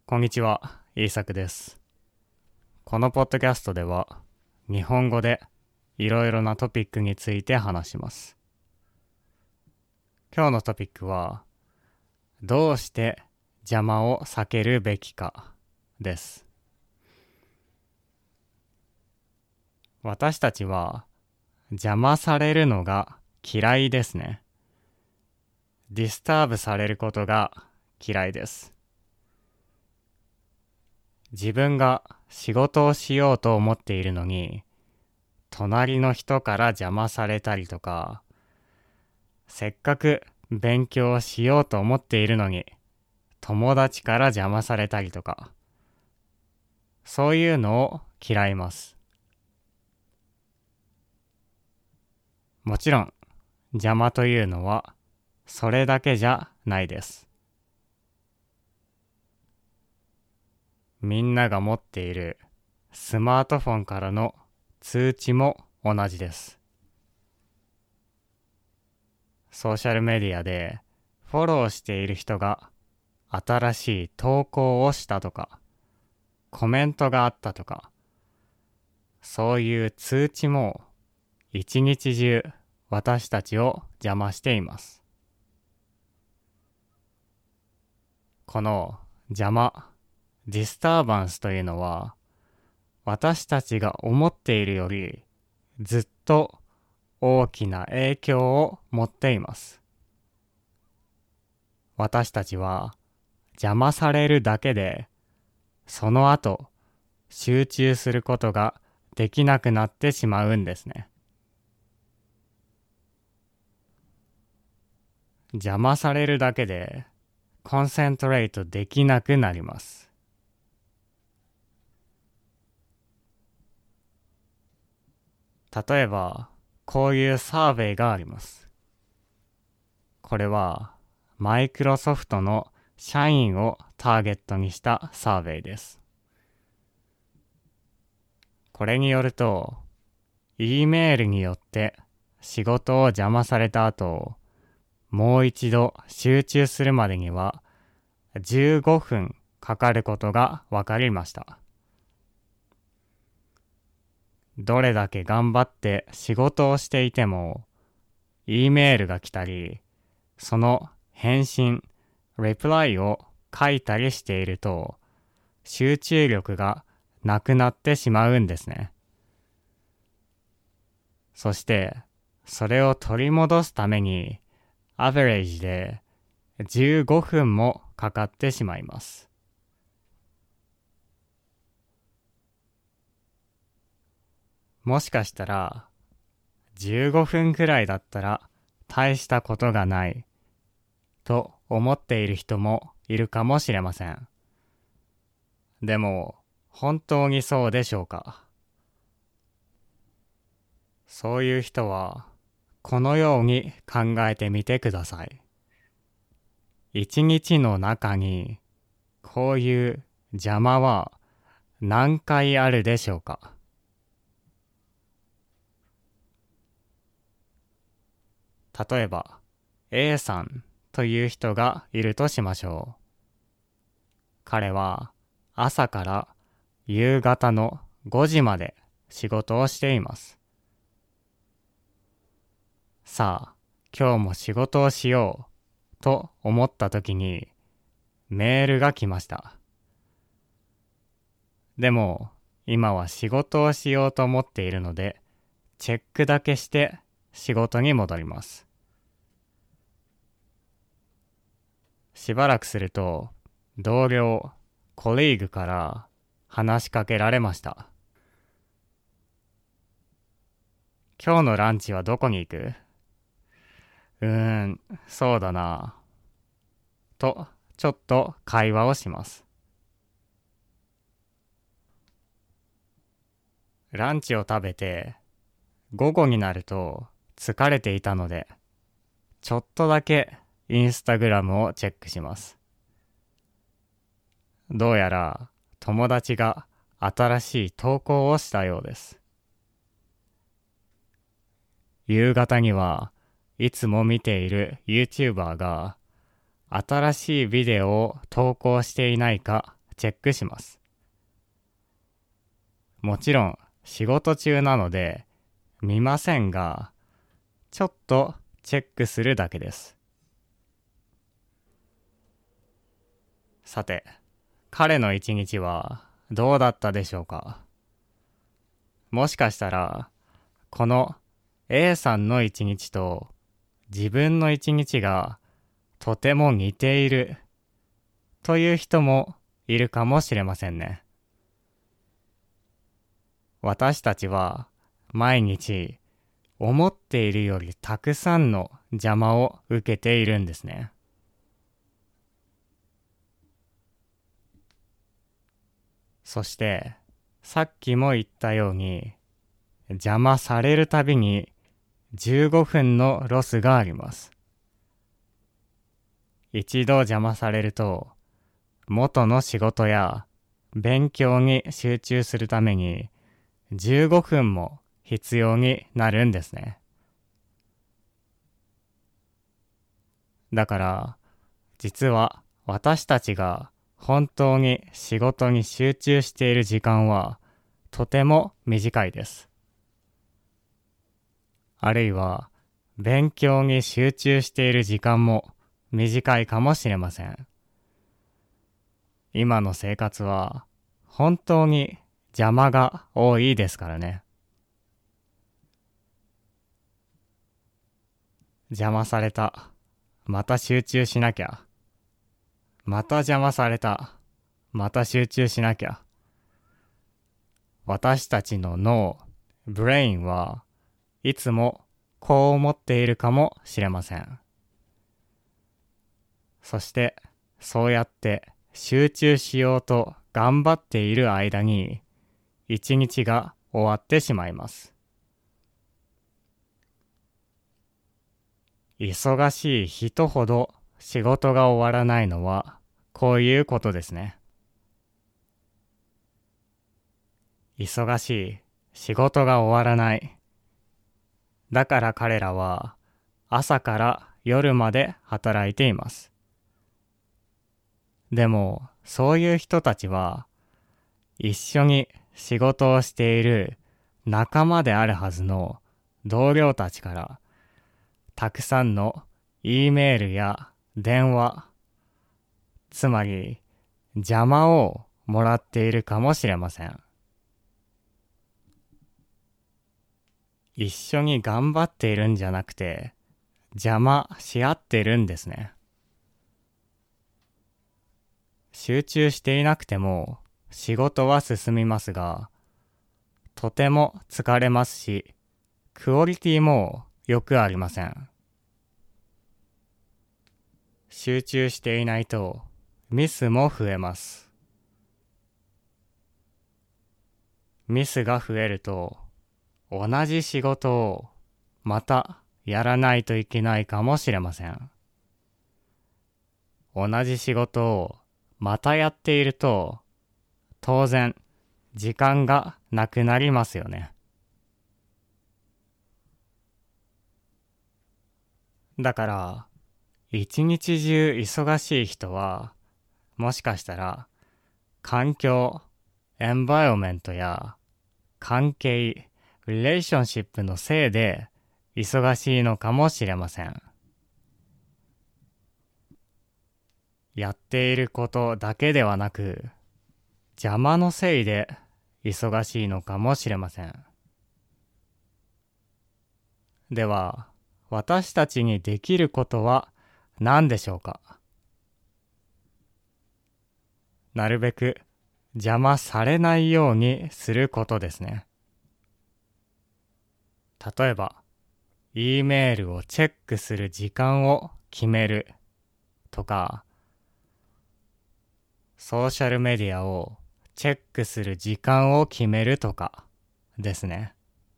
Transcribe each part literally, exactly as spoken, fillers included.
こんにちは、イーサクです。このポッドキャストでは、日本語でいろいろなトピックについて話します。今日のトピックは、どうして邪魔を避けるべきかです。私たちは邪魔されるのが嫌いですね。ディスターブされることが嫌いです。自分が仕事をしようと思っているのに、隣の人から邪魔されたりとか、せっかく勉強をしようと思っているのに、友達から邪魔されたりとか、そういうのを嫌います。もちろん、邪魔というのは、それだけじゃないです。みんなが持っているスマートフォンからの通知も同じです。ソーシャルメディアでフォローしている人が新しい投稿をしたとか、コメントがあったとか、そういう通知も一日中私たちを邪魔しています。この邪魔、ディスターバンスというのは、私たちが思っているよりずっと大きな影響を持っています。私たちは邪魔されるだけで、その後集中することができなくなってしまうんですね。邪魔されるだけでコンセントレートできなくなります。例えば、こういうサーベイがあります。これは、マイクロソフトの社員をターゲットにしたサーベイです。これによると、E メールによって仕事を邪魔された後、もう一度集中するまでにはじゅうごふんかかることが分かりました。どれだけ頑張って仕事をしていても、E メールが来たり、その返信、リプライを書いたりしていると、集中力がなくなってしまうんですね。そして、それを取り戻すために、アベレージでじゅうごふんもかかってしまいます。もしかしたら、じゅうごふんくらいだったら大したことがないと思っている人もいるかもしれません。でも、本当にそうでしょうか？そういう人は、このように考えてみてください。一日の中に、こういう邪魔は何回あるでしょうか？例えば、A さんという人がいるとしましょう。彼は朝から夕方のごじまで仕事をしています。さあ、今日も仕事をしようと思った時にメールが来ました。でも今は仕事をしようと思っているのでチェックだけして仕事に戻ります。しばらくすると同僚、コリーグから話しかけられました。今日のランチはどこに行く？うーん、そうだな。と、ちょっと会話をします。ランチを食べて、午後になると疲れていたので、ちょっとだけインスタグラムをチェックします。どうやら友達が新しい投稿をしたようです。夕方にはいつも見ている YouTuber が新しいビデオを投稿していないかチェックします。もちろん仕事中なので見ませんが、ちょっとチェックするだけです。さて、彼の一日はどうだったでしょうか。もしかしたら、この A さんの一日と自分の一日がとても似ているという人もいるかもしれませんね。私たちは毎日思っているよりたくさんの邪魔を受けているんですね。そしてさっきも言ったように、邪魔されるたびにじゅうごふんのロスがあります。一度邪魔されると、元の仕事や勉強に集中するためにじゅうごふんも必要になるんですね。だから、実は私たちが本当に仕事に集中している時間はとても短いです。あるいは勉強に集中している時間も短いかもしれません。今の生活は本当に邪魔が多いですからね。邪魔された。また集中しなきゃ。また邪魔された。また集中しなきゃ。私たちの脳、ブレインはいつもこう思っているかもしれません。そしてそうやって集中しようと頑張っている間に一日が終わってしまいます。忙しい人ほど仕事が終わらないのはこういうことですね。忙しい、仕事が終わらない。だから彼らは朝から夜まで働いています。でもそういう人たちは一緒に仕事をしている仲間であるはずの同僚たちからたくさんの E メールや電話、つまり邪魔をもらっているかもしれません。一緒に頑張っているんじゃなくて邪魔し合ってるんですね。集中していなくても仕事は進みますが、とても疲れますし、クオリティもよくありません。集中していないとミスも増えます。ミスが増えると同じ仕事をまたやらないといけないかもしれません。同じ仕事をまたやっていると当然時間がなくなりますよね。だから一日中忙しい人はもしかしたら環境、エンバイオメントや関係、リレーションシップのせいで忙しいのかもしれません。やっていることだけではなく、邪魔のせいで忙しいのかもしれません。では、私たちにできることは何でしょうか。なるべく邪魔されないようにすることですね。例えば、E メールをチェックする時間を決めるとか、ソーシャルメディアをチェックする時間を決めるとかですね。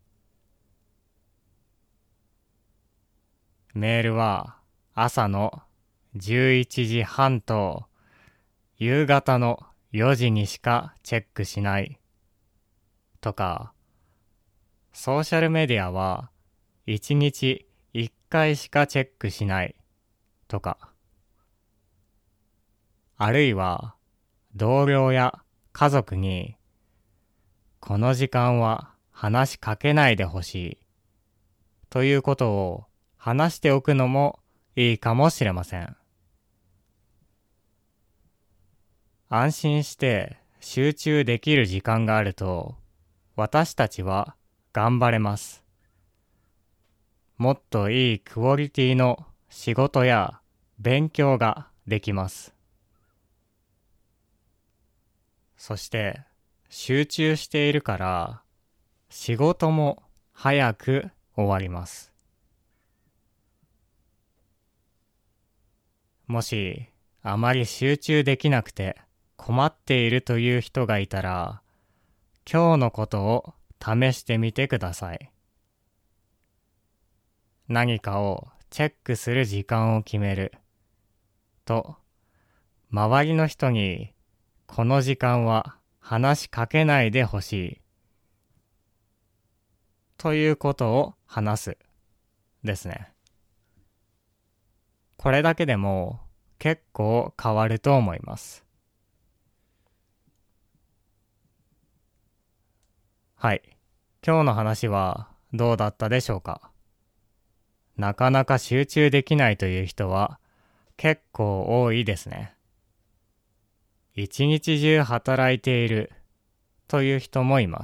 メールは朝のじゅういちじはんと夕方のよじにしかチェックしないとか、ソーシャルメディアはいちにちいっかいしかチェックしないとか、あるいは同僚や家族に、この時間は話しかけないでほしいということを話しておくのもいいかもしれません。安心して集中できる時間があると、私たちは頑張れます。もっといいクオリティの仕事や勉強ができます。そして集中しているから仕事も早く終わります。もしあまり集中できなくて困っているという人がいたら、今日のことを試してみてください。何かをチェックする時間を決めると、周りの人にこの時間は話しかけないでほしいということを話すですね。これだけでも結構変わると思います。はい。今日の話はどうだったでしょうか。なかなか集中できないという人は結構多いですね。一日中働いているという人もいます。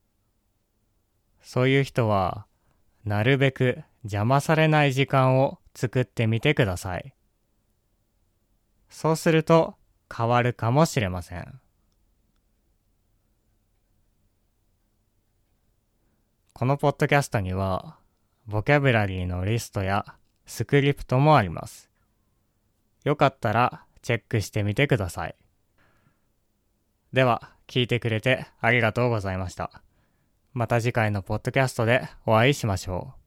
そういう人はなるべく邪魔されない時間を作ってみてください。そうすると変わるかもしれません。このポッドキャストにはボキャブラリーのリストやスクリプトもあります。よかったらチェックしてみてください。では、聞いてくれてありがとうございました。また次回のポッドキャストでお会いしましょう。